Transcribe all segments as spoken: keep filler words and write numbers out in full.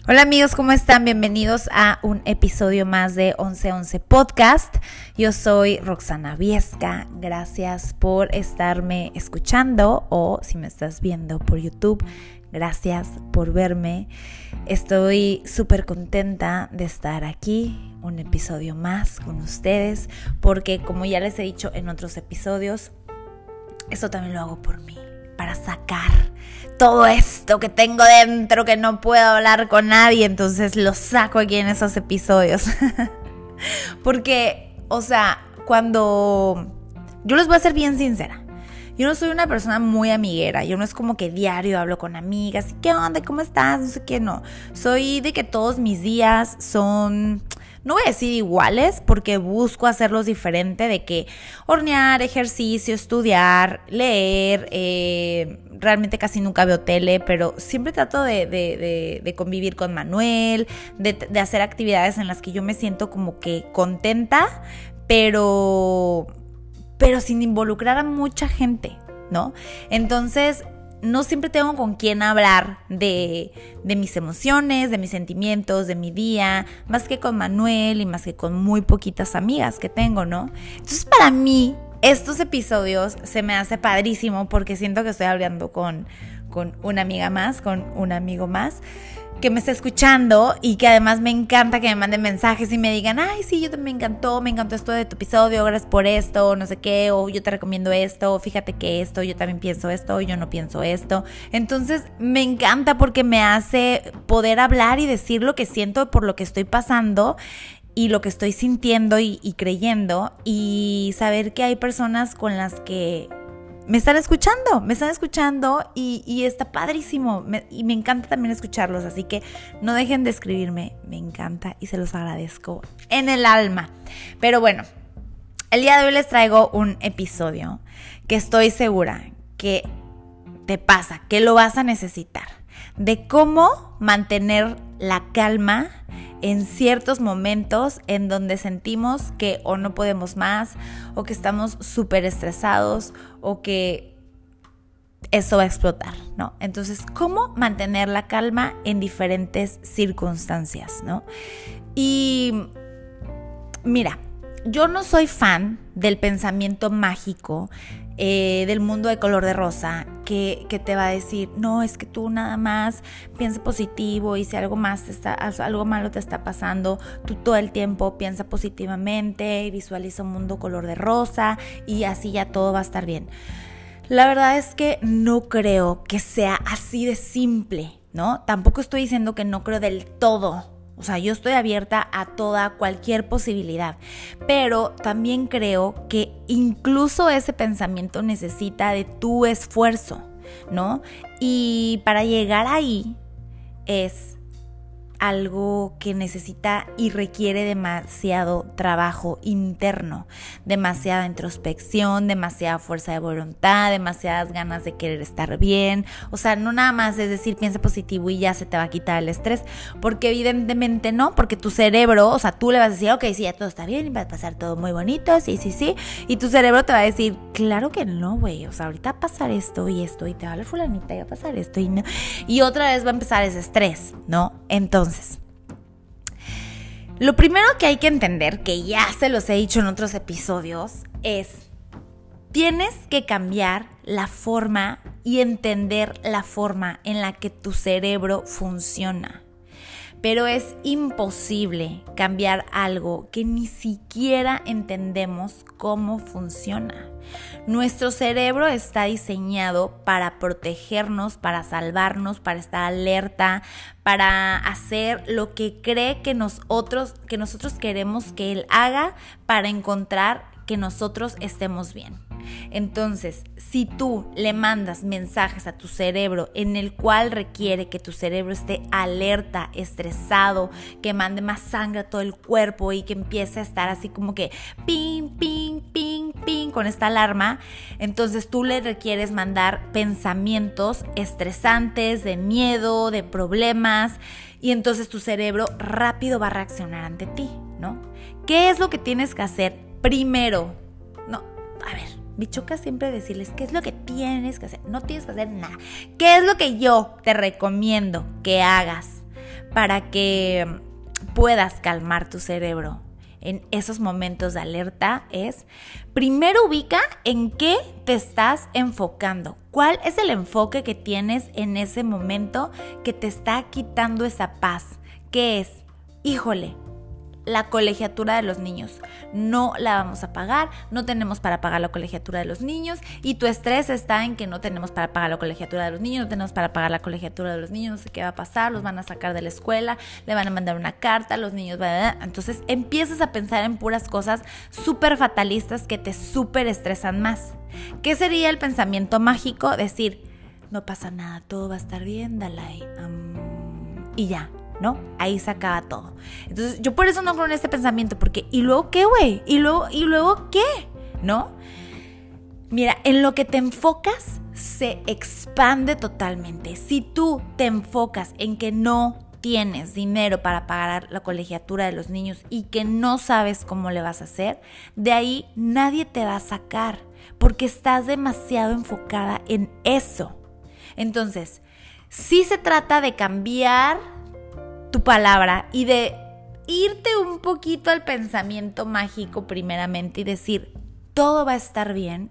Hola amigos, ¿cómo están? Bienvenidos a un episodio más de once once Podcast. Yo soy Roxana Viesca. Gracias por estarme escuchando o si me estás viendo por YouTube, gracias por verme. Estoy súper contenta de estar aquí, un episodio más con ustedes, porque como ya les he dicho en otros episodios, esto también lo hago por mí, para sacar todo esto que tengo dentro que no puedo hablar con nadie, entonces lo saco aquí en esos episodios. Porque, o sea, cuando... Yo les voy a ser bien sincera. Yo no soy una persona muy amiguera. Yo no es como que diario hablo con amigas. ¿Qué onda? ¿Cómo estás? No sé qué, no. Soy de que todos mis días son... No voy a decir iguales porque busco hacerlos diferente, de que hornear, ejercicio, estudiar, leer, eh, realmente casi nunca veo tele, pero siempre trato de, de, de, de convivir con Manuel, de, de hacer actividades en las que yo me siento como que contenta, pero, pero sin involucrar a mucha gente, ¿no? Entonces... No siempre tengo con quién hablar de, de mis emociones, de mis sentimientos, de mi día, más que con Manuel y más que con muy poquitas amigas que tengo, ¿no? Entonces, para mí, estos episodios se me hace padrísimo porque siento que estoy hablando con, con una amiga más, con un amigo más, que me está escuchando y que además me encanta que me manden mensajes y me digan, ay, sí, yo también me encantó, me encantó esto de tu episodio, gracias por esto, no sé qué, o yo te recomiendo esto, fíjate que esto, yo también pienso esto, yo no pienso esto. Entonces me encanta porque me hace poder hablar y decir lo que siento por lo que estoy pasando y lo que estoy sintiendo y, y creyendo, y saber que hay personas con las que me están escuchando, me están escuchando y, y está padrísimo me, y me encanta también escucharlos, así que no dejen de escribirme, me encanta y se los agradezco en el alma. Pero bueno, el día de hoy les traigo un episodio que estoy segura que te pasa, que lo vas a necesitar, de cómo mantener la calma en ciertos momentos en donde sentimos que o no podemos más, o que estamos súper estresados, o que eso va a explotar, ¿no? Entonces, ¿cómo mantener la calma en diferentes circunstancias, ¿no? Y mira, yo no soy fan del pensamiento mágico, eh, del mundo de color de rosa, que, que te va a decir, no, es que tú nada más piensa positivo y si algo más te está, algo malo te está pasando, tú todo el tiempo piensa positivamente, visualiza un mundo color de rosa y así ya todo va a estar bien. La verdad es que no creo que sea así de simple, ¿no? Tampoco estoy diciendo que no creo del todo. O sea, yo estoy abierta a toda, cualquier posibilidad, pero también creo que incluso ese pensamiento necesita de tu esfuerzo, ¿no? Y para llegar ahí es algo que necesita y requiere demasiado trabajo interno, demasiada introspección, demasiada fuerza de voluntad, demasiadas ganas de querer estar bien. O sea, no nada más es decir, piensa positivo y ya se te va a quitar el estrés, porque evidentemente no, porque tu cerebro, o sea, tú le vas a decir, ok, sí, ya todo está bien, va a pasar todo muy bonito, sí, sí, sí, y tu cerebro te va a decir, claro que no, güey, o sea, ahorita va a pasar esto y esto, y te va a la fulanita y va a pasar esto, y no, y otra vez va a empezar ese estrés, ¿no? Entonces, lo primero que hay que entender, que ya se los he dicho en otros episodios, es tienes que cambiar la forma y entender la forma en la que tu cerebro funciona. Pero es imposible cambiar algo que ni siquiera entendemos cómo funciona. Nuestro cerebro está diseñado para protegernos, para salvarnos, para estar alerta, para hacer lo que cree que nosotros, que nosotros queremos que él haga para encontrar que nosotros estemos bien. Entonces, si tú le mandas mensajes a tu cerebro en el cual requiere que tu cerebro esté alerta, estresado, que mande más sangre a todo el cuerpo y que empiece a estar así como que ping, ping, ping, ping con esta alarma, entonces tú le requieres mandar pensamientos estresantes, de miedo, de problemas, y entonces tu cerebro rápido va a reaccionar ante ti, ¿no? ¿Qué es lo que tienes que hacer primero? No, a ver, me choca siempre decirles qué es lo que tienes que hacer. No tienes que hacer nada. ¿Qué es lo que yo te recomiendo que hagas para que puedas calmar tu cerebro en esos momentos de alerta es, primero ubica en qué te estás enfocando. ¿Cuál es el enfoque que tienes en ese momento que te está quitando esa paz? ¿Qué es? Híjole, la colegiatura de los niños. No la vamos a pagar, no tenemos para pagar la colegiatura de los niños y tu estrés está en que no tenemos para pagar la colegiatura de los niños, no tenemos para pagar la colegiatura de los niños, no sé qué va a pasar, los van a sacar de la escuela, le van a mandar una carta, los niños van a... Entonces empiezas a pensar en puras cosas súper fatalistas que te súper estresan más. ¿Qué sería el pensamiento mágico? Decir, no pasa nada, todo va a estar bien, Dalai, um, y ya, ¿no? Ahí se acaba todo. Entonces, yo por eso no creo en este pensamiento, porque ¿y luego qué, güey? ¿Y luego, ¿Y luego qué? ¿No? Mira, en lo que te enfocas se expande totalmente. Si tú te enfocas en que no tienes dinero para pagar la colegiatura de los niños y que no sabes cómo le vas a hacer, de ahí nadie te va a sacar, porque estás demasiado enfocada en eso. Entonces, sí se trata de cambiar tu palabra y de irte un poquito al pensamiento mágico primeramente y decir, todo va a estar bien,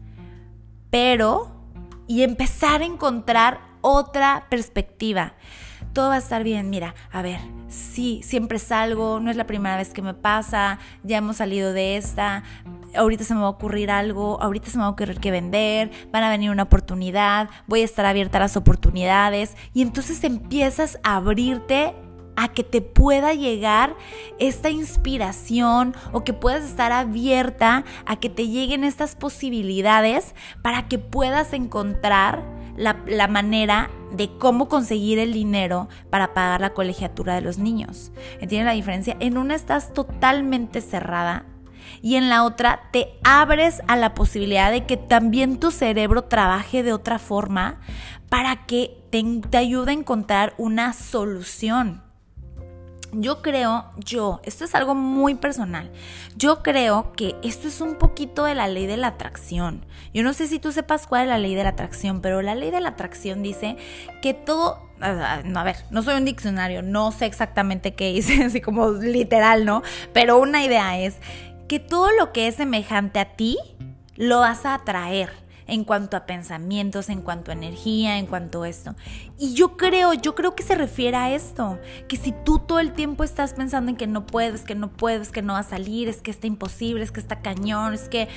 pero, y empezar a encontrar otra perspectiva. Todo va a estar bien, mira, a ver, sí, siempre salgo, no es la primera vez que me pasa, ya hemos salido de esta, ahorita se me va a ocurrir algo, ahorita se me va a ocurrir que vender, van a venir una oportunidad, voy a estar abierta a las oportunidades y entonces empiezas a abrirte a que te pueda llegar esta inspiración o que puedas estar abierta a que te lleguen estas posibilidades para que puedas encontrar la, la manera de cómo conseguir el dinero para pagar la colegiatura de los niños. ¿Entiendes la diferencia? En una estás totalmente cerrada y en la otra te abres a la posibilidad de que también tu cerebro trabaje de otra forma para que te, te ayude a encontrar una solución. Yo creo, yo, esto es algo muy personal, yo creo que esto es un poquito de la ley de la atracción. Yo no sé si tú sepas cuál es la ley de la atracción, pero la ley de la atracción dice que todo, no, a ver, no soy un diccionario, no sé exactamente qué dice, así como literal, ¿no? Pero una idea es que todo lo que es semejante a ti, lo vas a atraer. En cuanto a pensamientos, en cuanto a energía, en cuanto a esto. Y yo creo, yo creo que se refiere a esto, que si tú todo el tiempo estás pensando en que no puedes, que no puedes, que no va a salir, es que está imposible, es que está cañón, es que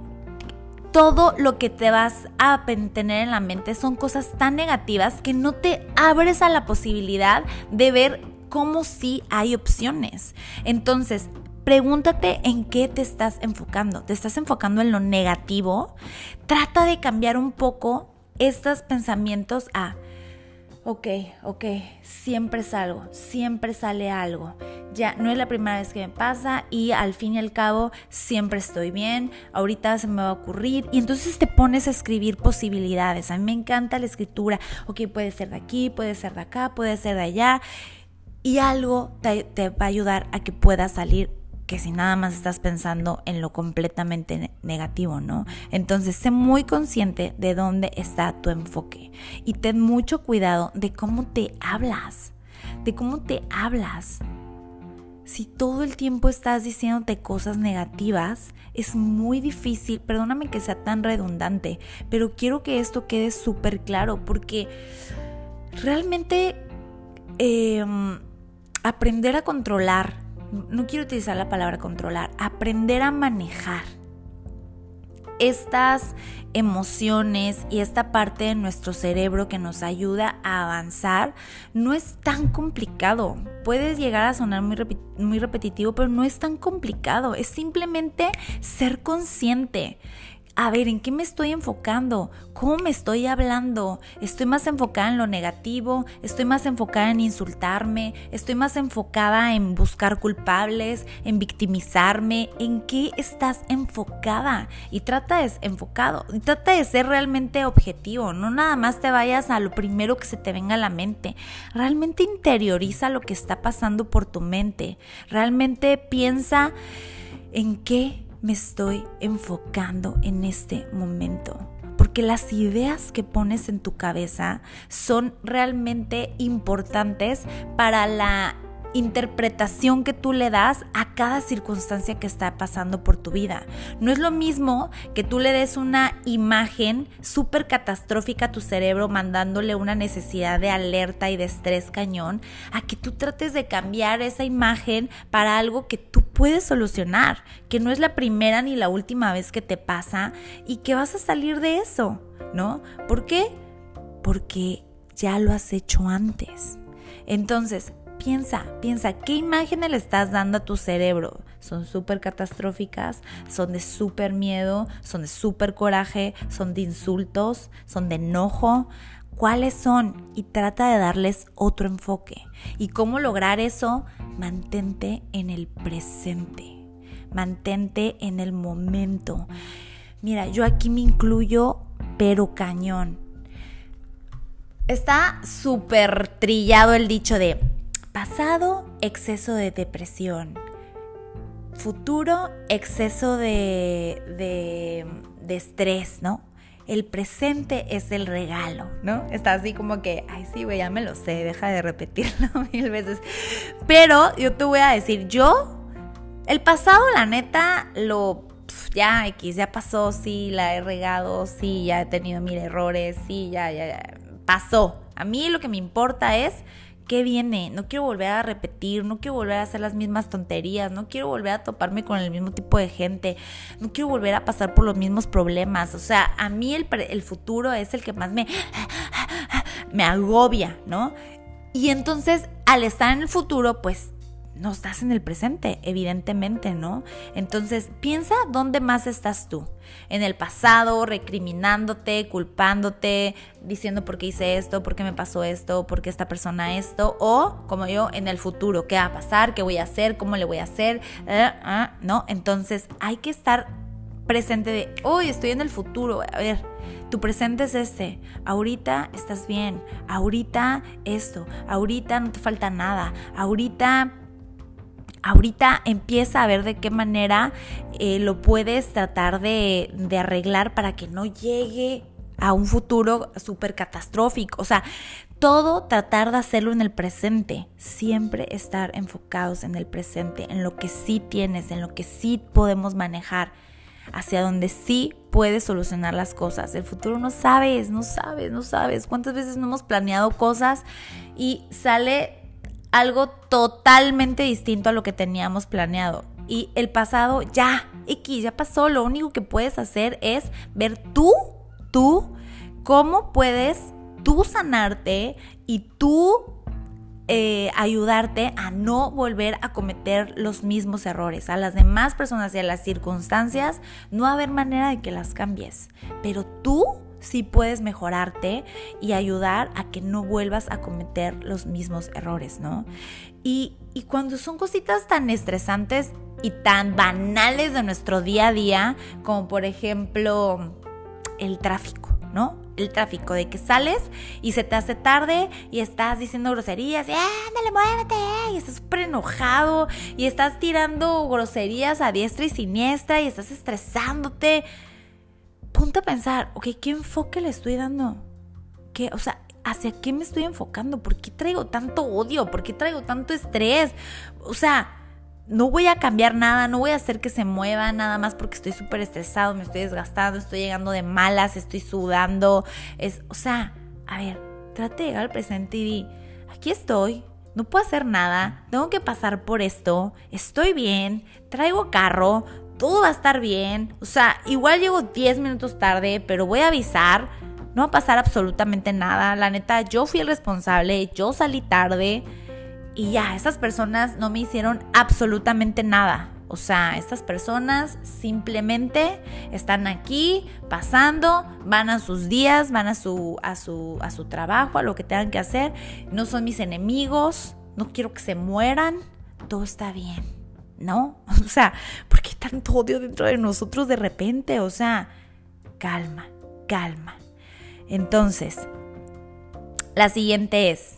todo lo que te vas a tener en la mente son cosas tan negativas que no te abres a la posibilidad de ver cómo sí hay opciones. Entonces, pregúntate en qué te estás enfocando. ¿Te estás enfocando en lo negativo? Trata de cambiar un poco estos pensamientos a, ok, ok, siempre salgo, siempre sale algo. Ya no es la primera vez que me pasa y al fin y al cabo siempre estoy bien, ahorita se me va a ocurrir. Y entonces te pones a escribir posibilidades. A mí me encanta la escritura. Ok, puede ser de aquí, puede ser de acá, puede ser de allá. Y algo te, te va a ayudar a que puedas salir, que si nada más estás pensando en lo completamente negativo, ¿no? Entonces, sé muy consciente de dónde está tu enfoque y ten mucho cuidado de cómo te hablas, de cómo te hablas. Si todo el tiempo estás diciéndote cosas negativas, es muy difícil, perdóname que sea tan redundante, pero quiero que esto quede súper claro porque realmente eh, aprender a controlar, no quiero utilizar la palabra controlar, aprender a manejar estas emociones y esta parte de nuestro cerebro que nos ayuda a avanzar no es tan complicado. Puedes llegar a sonar muy, rep- muy repetitivo, pero no es tan complicado. Es simplemente ser consciente. A ver, ¿en qué me estoy enfocando? ¿Cómo me estoy hablando? ¿Estoy más enfocada en lo negativo? ¿Estoy más enfocada en insultarme? ¿Estoy más enfocada en buscar culpables? ¿En victimizarme? ¿En qué estás enfocada? Y trata de ser enfocado, y trata de ser realmente objetivo. No nada más te vayas a lo primero que se te venga a la mente. Realmente interioriza lo que está pasando por tu mente. Realmente piensa en qué me estoy enfocando en este momento. Porque porque las ideas que pones en tu cabeza son realmente importantes para la interpretación que tú le das a cada circunstancia que está pasando por tu vida. No es lo mismo que tú le des una imagen súper catastrófica a tu cerebro mandándole una necesidad de alerta y de estrés cañón, a que tú trates de cambiar esa imagen para algo que tú puedes solucionar, que no es la primera ni la última vez que te pasa y que vas a salir de eso, ¿no? ¿Por qué? Porque ya lo has hecho antes. Entonces, Piensa, piensa, ¿qué imágenes le estás dando a tu cerebro? ¿Son súper catastróficas? ¿Son de súper miedo? ¿Son de súper coraje? ¿Son de insultos? ¿Son de enojo? ¿Cuáles son? Y trata de darles otro enfoque. ¿Y cómo lograr eso? Mantente en el presente. Mantente en el momento. Mira, yo aquí me incluyo, pero cañón. Está súper trillado el dicho de pasado, exceso de depresión. Futuro, exceso de, de, de estrés, ¿no? El presente es el regalo, ¿no? Está así como que, ay, sí, güey, ya me lo sé, deja de repetirlo mil veces. Pero yo te voy a decir, yo, el pasado, la neta, lo, ya, X, ya pasó, sí, la he regado, sí, ya he tenido mil errores, sí, ya, ya, ya, pasó. A mí lo que me importa es ¿qué viene? No quiero volver a repetir, no quiero volver a hacer las mismas tonterías, no quiero volver a toparme con el mismo tipo de gente, no quiero volver a pasar por los mismos problemas. O sea, a mí el, el futuro es el que más me, me agobia, ¿no? Y entonces, al estar en el futuro, pues no estás en el presente, evidentemente, ¿no? Entonces, piensa dónde más estás tú. En el pasado, recriminándote, culpándote, diciendo por qué hice esto, por qué me pasó esto, por qué esta persona esto, o como yo, en el futuro, ¿qué va a pasar? ¿Qué voy a hacer? ¿Cómo le voy a hacer? Eh, eh, ¿no? Entonces, hay que estar presente de, hoy estoy en el futuro, a ver, tu presente es este, ahorita estás bien, ahorita esto, ahorita no te falta nada, ahorita... Ahorita empieza a ver de qué manera eh, lo puedes tratar de, de arreglar para que no llegue a un futuro súper catastrófico. O sea, todo tratar de hacerlo en el presente. Siempre estar enfocados en el presente, en lo que sí tienes, en lo que sí podemos manejar, hacia donde sí puedes solucionar las cosas. El futuro no sabes, no sabes, no sabes. ¿Cuántas veces no hemos planeado cosas y sale algo totalmente distinto a lo que teníamos planeado? Y el pasado ya, X, ya pasó. Lo único que puedes hacer es ver tú, tú, cómo puedes tú sanarte y tú eh, ayudarte a no volver a cometer los mismos errores. A las demás personas y a las circunstancias no va a haber manera de que las cambies, pero tú sí puedes mejorarte y ayudar a que no vuelvas a cometer los mismos errores, ¿no? Y, y cuando son cositas tan estresantes y tan banales de nuestro día a día, como por ejemplo el tráfico, ¿no? El tráfico, de que sales y se te hace tarde y estás diciendo groserías y ándale, muévete, y estás súper enojado y estás tirando groserías a diestra y siniestra y estás estresándote. Ponte a pensar, ok, ¿qué enfoque le estoy dando? ¿Qué, o sea, ¿hacia qué me estoy enfocando? ¿Por qué traigo tanto odio? ¿Por qué traigo tanto estrés? O sea, no voy a cambiar nada, no voy a hacer que se mueva nada más porque estoy súper estresado, me estoy desgastando, estoy llegando de malas, estoy sudando. Es, o sea, a ver, trate de llegar al presente y di, aquí estoy, no puedo hacer nada, tengo que pasar por esto, estoy bien, traigo carro, todo va a estar bien. O sea, igual llego diez minutos tarde, pero voy a avisar, no va a pasar absolutamente nada. La neta, yo fui el responsable, yo salí tarde y ya, esas personas no me hicieron absolutamente nada. O sea, estas personas simplemente están aquí pasando, van a sus días, van a su, a su, a su trabajo, a lo que tengan que hacer. No son mis enemigos, no quiero que se mueran, todo está bien, ¿no? O sea, ¿por qué tanto odio dentro de nosotros de repente? O sea, calma, calma. Entonces, la siguiente es,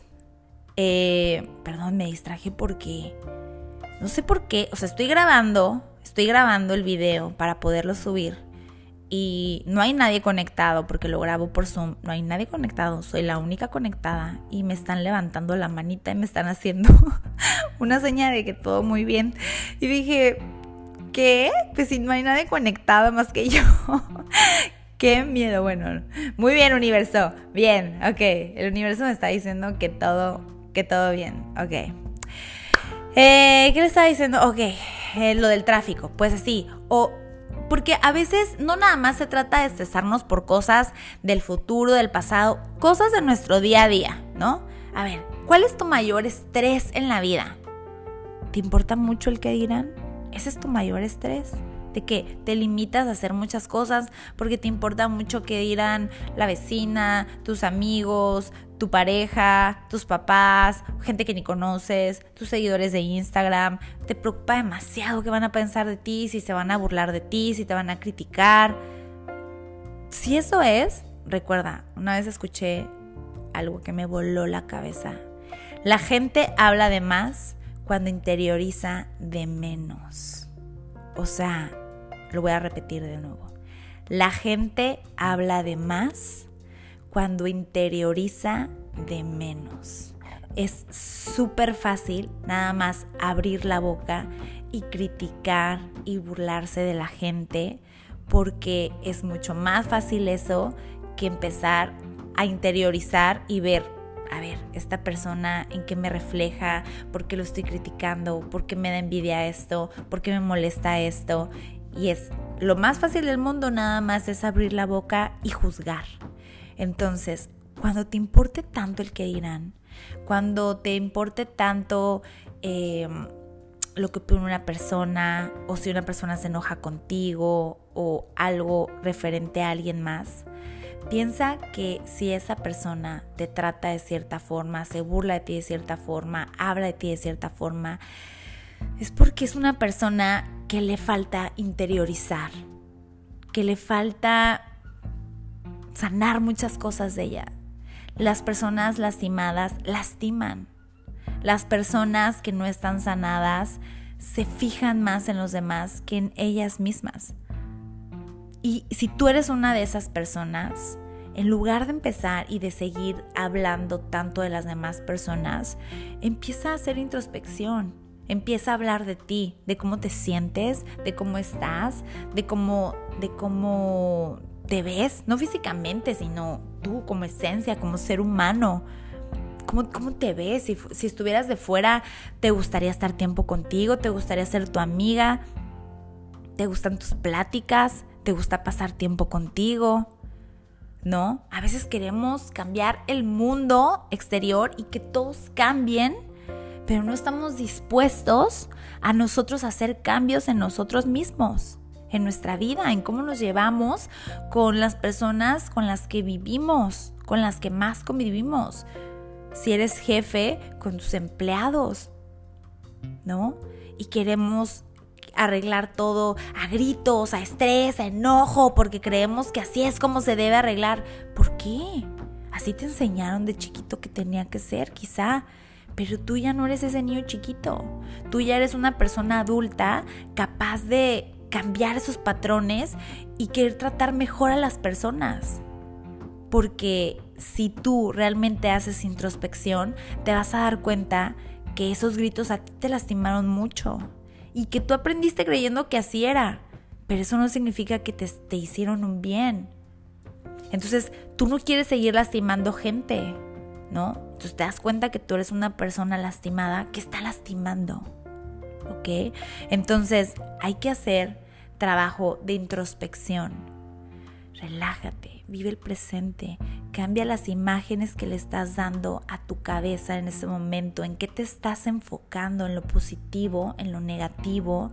eh, perdón, me distraje porque, no sé por qué, o sea, estoy grabando, estoy grabando el video para poderlo subir y no hay nadie conectado porque lo grabo por Zoom, no hay nadie conectado, soy la única conectada y me están levantando la manita y me están haciendo una señal de que todo muy bien. Y dije, ¿qué? Pues si no hay nadie conectado más que yo. Qué miedo. Bueno, muy bien, universo, bien, ok, el universo me está diciendo que todo, que todo bien, ok. Eh, ¿qué le estaba diciendo? Ok, eh, lo del tráfico, pues así, o... Porque a veces no nada más se trata de estresarnos por cosas del futuro, del pasado, cosas de nuestro día a día, ¿no? A ver, ¿cuál es tu mayor estrés en la vida? ¿Te importa mucho el que dirán? ¿Ese es tu mayor estrés? ¿De que te limitas a hacer muchas cosas porque te importa mucho qué dirán la vecina, tus amigos, tu pareja, tus papás, gente que ni conoces, tus seguidores de Instagram? Te preocupa demasiado qué van a pensar de ti, si se van a burlar de ti, si te van a criticar. Si eso es, recuerda, una vez escuché algo que me voló la cabeza. La gente habla de más cuando interioriza de menos. O sea, lo voy a repetir de nuevo. La gente habla de más cuando interioriza de menos. Es súper fácil nada más abrir la boca y criticar y burlarse de la gente, porque es mucho más fácil eso que empezar a interiorizar y ver, a ver, esta persona en qué me refleja, por qué lo estoy criticando, por qué me da envidia esto, por qué me molesta esto. Y es lo más fácil del mundo, nada más es abrir la boca y juzgar. Entonces, cuando te importe tanto el que dirán, cuando te importe tanto eh, lo que opina una persona, o si una persona se enoja contigo o algo referente a alguien más, piensa que si esa persona te trata de cierta forma, se burla de ti de cierta forma, habla de ti de cierta forma, es porque es una persona que le falta interiorizar, que le falta sanar muchas cosas de ella. Las personas lastimadas lastiman. Las personas que no están sanadas se fijan más en los demás que en ellas mismas. Y si tú eres una de esas personas, en lugar de empezar y de seguir hablando tanto de las demás personas, empieza a hacer introspección. Empieza a hablar de ti, de cómo te sientes, de cómo estás, de cómo, de cómo te ves, no físicamente, sino tú como esencia, como ser humano. ¿Cómo, cómo te ves? Si, si estuvieras de fuera, ¿te gustaría estar tiempo contigo? ¿Te gustaría ser tu amiga? ¿Te gustan tus pláticas? ¿Te gusta pasar tiempo contigo? ¿No? A veces queremos cambiar el mundo exterior y que todos cambien, pero no estamos dispuestos a nosotros hacer cambios en nosotros mismos, en nuestra vida, en cómo nos llevamos con las personas con las que vivimos, con las que más convivimos. Si eres jefe, con tus empleados, ¿no? Y queremos arreglar todo a gritos, a estrés, a enojo, porque creemos que así es como se debe arreglar. ¿Por qué? Así te enseñaron de chiquito que tenía que ser, quizá. Pero tú ya no eres ese niño chiquito. Tú ya eres una persona adulta capaz de cambiar esos patrones y querer tratar mejor a las personas. Porque si tú realmente haces introspección, te vas a dar cuenta que esos gritos a ti te lastimaron mucho y que tú aprendiste creyendo que así era. Pero eso no significa que te, te hicieron un bien. Entonces, tú no quieres seguir lastimando gente, ¿no? Entonces te das cuenta que tú eres una persona lastimada que está lastimando, ¿ok? Entonces hay que hacer trabajo de introspección. Relájate, vive el presente, cambia las imágenes que le estás dando a tu cabeza en ese momento, en qué te estás enfocando, en lo positivo, en lo negativo.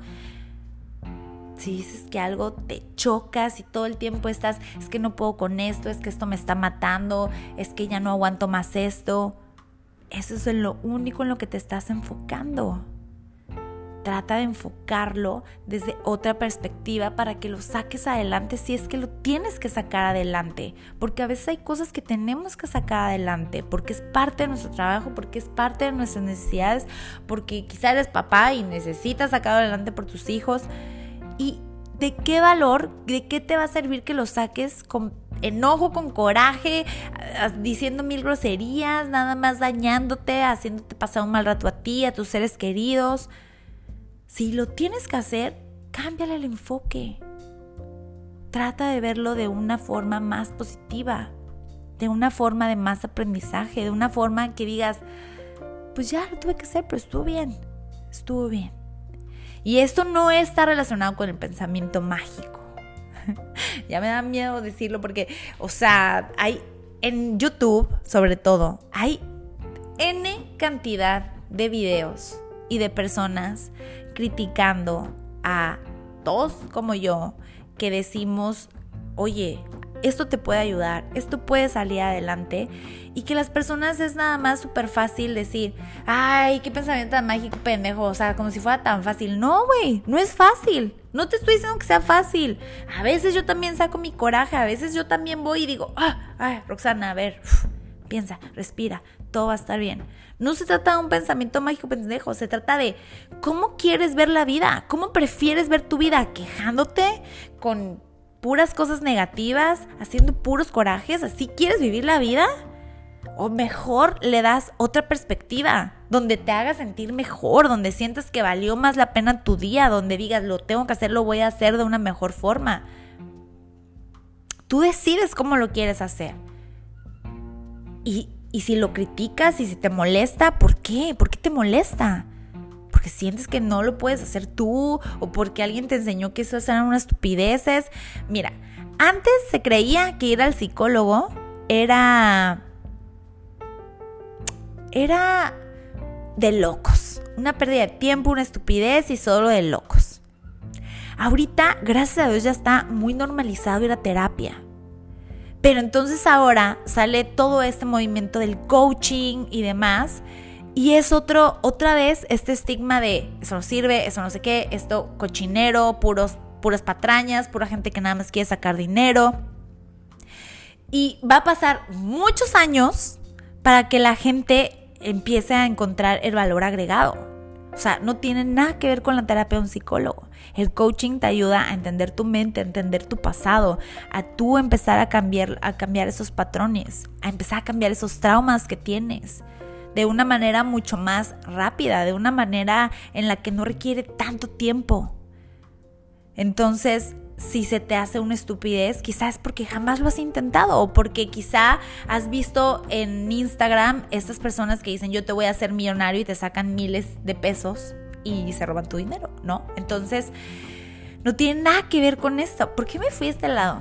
Si dices que algo te choca, si todo el tiempo estás, es que no puedo con esto, es que esto me está matando, es que ya no aguanto más esto, eso es lo único en lo que te estás enfocando. Trata de enfocarlo desde otra perspectiva para que lo saques adelante si es que lo tienes que sacar adelante, porque a veces hay cosas que tenemos que sacar adelante, porque es parte de nuestro trabajo, porque es parte de nuestras necesidades, porque quizá eres papá y necesitas sacarlo adelante por tus hijos. Y ¿de qué valor, de qué te va a servir que lo saques con enojo, con coraje, diciendo mil groserías, nada más dañándote, haciéndote pasar un mal rato a ti, a tus seres queridos? Si lo tienes que hacer, cámbiale el enfoque. Trata de verlo de una forma más positiva, de una forma de más aprendizaje, de una forma que digas, pues ya lo tuve que hacer, pero estuvo bien, estuvo bien. Y esto no está relacionado con el pensamiento mágico. Ya me da miedo decirlo porque, o sea, hay en YouTube, sobre todo, hay N cantidad de videos y de personas criticando a todos como yo, que decimos, oye, esto te puede ayudar, esto puede salir adelante, y que las personas es nada más súper fácil decir, ay, qué pensamiento tan mágico, pendejo, o sea, como si fuera tan fácil. No, güey, no es fácil, no te estoy diciendo que sea fácil. A veces yo también saco mi coraje, a veces yo también voy y digo, ah, ay, Roxana, a ver, uf, piensa, respira, todo va a estar bien. No se trata de un pensamiento mágico, pendejo, se trata de cómo quieres ver la vida, cómo prefieres ver tu vida, quejándote con puras cosas negativas, haciendo puros corajes. ¿Así quieres vivir la vida? O mejor le das otra perspectiva, donde te haga sentir mejor, donde sientas que valió más la pena tu día, donde digas, lo tengo que hacer, lo voy a hacer de una mejor forma. Tú decides cómo lo quieres hacer. Y, y si lo criticas y si te molesta, ¿por qué? ¿Por qué te molesta? Porque sientes que no lo puedes hacer tú, o porque alguien te enseñó que eso eran unas estupideces. Mira, antes se creía que ir al psicólogo era, era de locos, una pérdida de tiempo, una estupidez y solo de locos. Ahorita, gracias a Dios, ya está muy normalizado ir a terapia. Pero entonces ahora sale todo este movimiento del coaching y demás. Y es otro, otra vez este estigma de eso no sirve, eso no sé qué, esto cochinero, puros, puras patrañas, pura gente que nada más quiere sacar dinero. Y va a pasar muchos años para que la gente empiece a encontrar el valor agregado. O sea, no tiene nada que ver con la terapia de un psicólogo. El coaching te ayuda a entender tu mente, a entender tu pasado, a tú empezar a cambiar, a cambiar esos patrones, a empezar a cambiar esos traumas que tienes, de una manera mucho más rápida, de una manera en la que no requiere tanto tiempo. Entonces, si se te hace una estupidez, quizás es porque jamás lo has intentado, o porque quizá has visto en Instagram estas personas que dicen, yo te voy a hacer millonario, y te sacan miles de pesos y se roban tu dinero, ¿no? Entonces, no tiene nada que ver con esto. ¿Por qué me fui a este lado?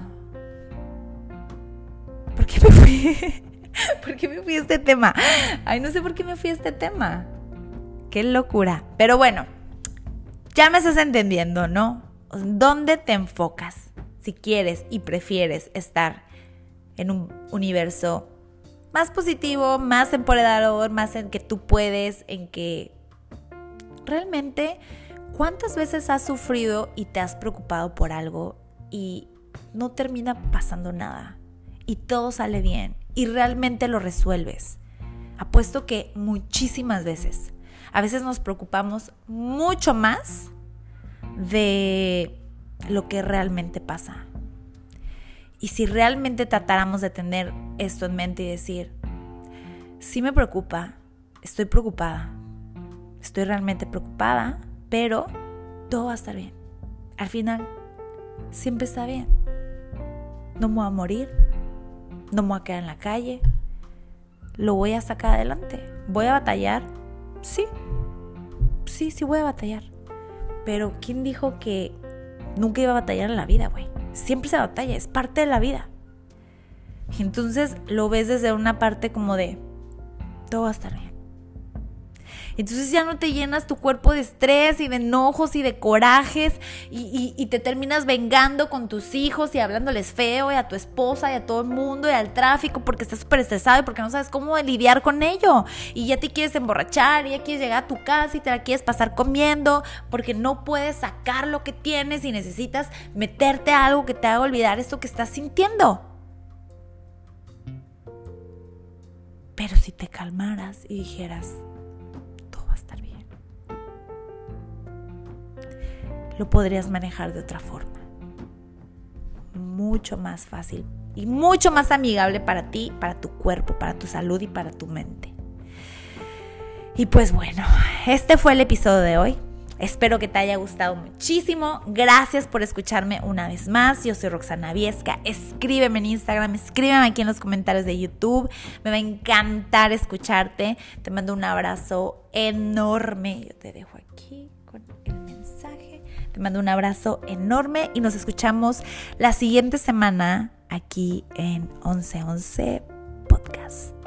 ¿Por qué me fui? ¿Por qué me fui a este tema? Ay, no sé por qué me fui a este tema. Qué locura. Pero bueno, ya me estás entendiendo, ¿no? ¿Dónde te enfocas? Si quieres y prefieres estar en un universo más positivo, más empoderador, más en que tú puedes, en que realmente, ¿cuántas veces has sufrido y te has preocupado por algo y no termina pasando nada? Y todo sale bien. Y realmente lo resuelves. Apuesto que muchísimas veces. A veces nos preocupamos mucho más de lo que realmente pasa. Y si realmente tratáramos de tener esto en mente y decir, sí me preocupa, estoy preocupada, estoy realmente preocupada, pero todo va a estar bien. Al final, siempre está bien. No me voy a morir. No me voy a quedar en la calle, lo voy a sacar adelante. ¿Voy a batallar? Sí, sí, sí voy a batallar. Pero ¿quién dijo que nunca iba a batallar en la vida, güey? Siempre se batalla, es parte de la vida. Y entonces lo ves desde una parte como de, todo va a estar bien. Entonces ya no te llenas tu cuerpo de estrés y de enojos y de corajes y, y, y te terminas vengando con tus hijos y hablándoles feo y a tu esposa y a todo el mundo y al tráfico porque estás súper estresado y porque no sabes cómo lidiar con ello. Y ya te quieres emborrachar y ya quieres llegar a tu casa y te la quieres pasar comiendo porque no puedes sacar lo que tienes y necesitas meterte a algo que te haga olvidar esto que estás sintiendo. Pero si te calmaras y dijeras, lo podrías manejar de otra forma. mucho más fácil y mucho más amigable para ti, para tu cuerpo, para tu salud y para tu mente. Y pues bueno, este fue el episodio de hoy. Espero que te haya gustado muchísimo. Gracias por escucharme una vez más. Yo soy Roxana Viesca. Escríbeme en Instagram, escríbeme aquí en los comentarios de YouTube. Me va a encantar escucharte. Te mando un abrazo enorme. Yo te dejo aquí con el mensaje. Te mando un abrazo enorme y nos escuchamos la siguiente semana aquí en once once Podcast.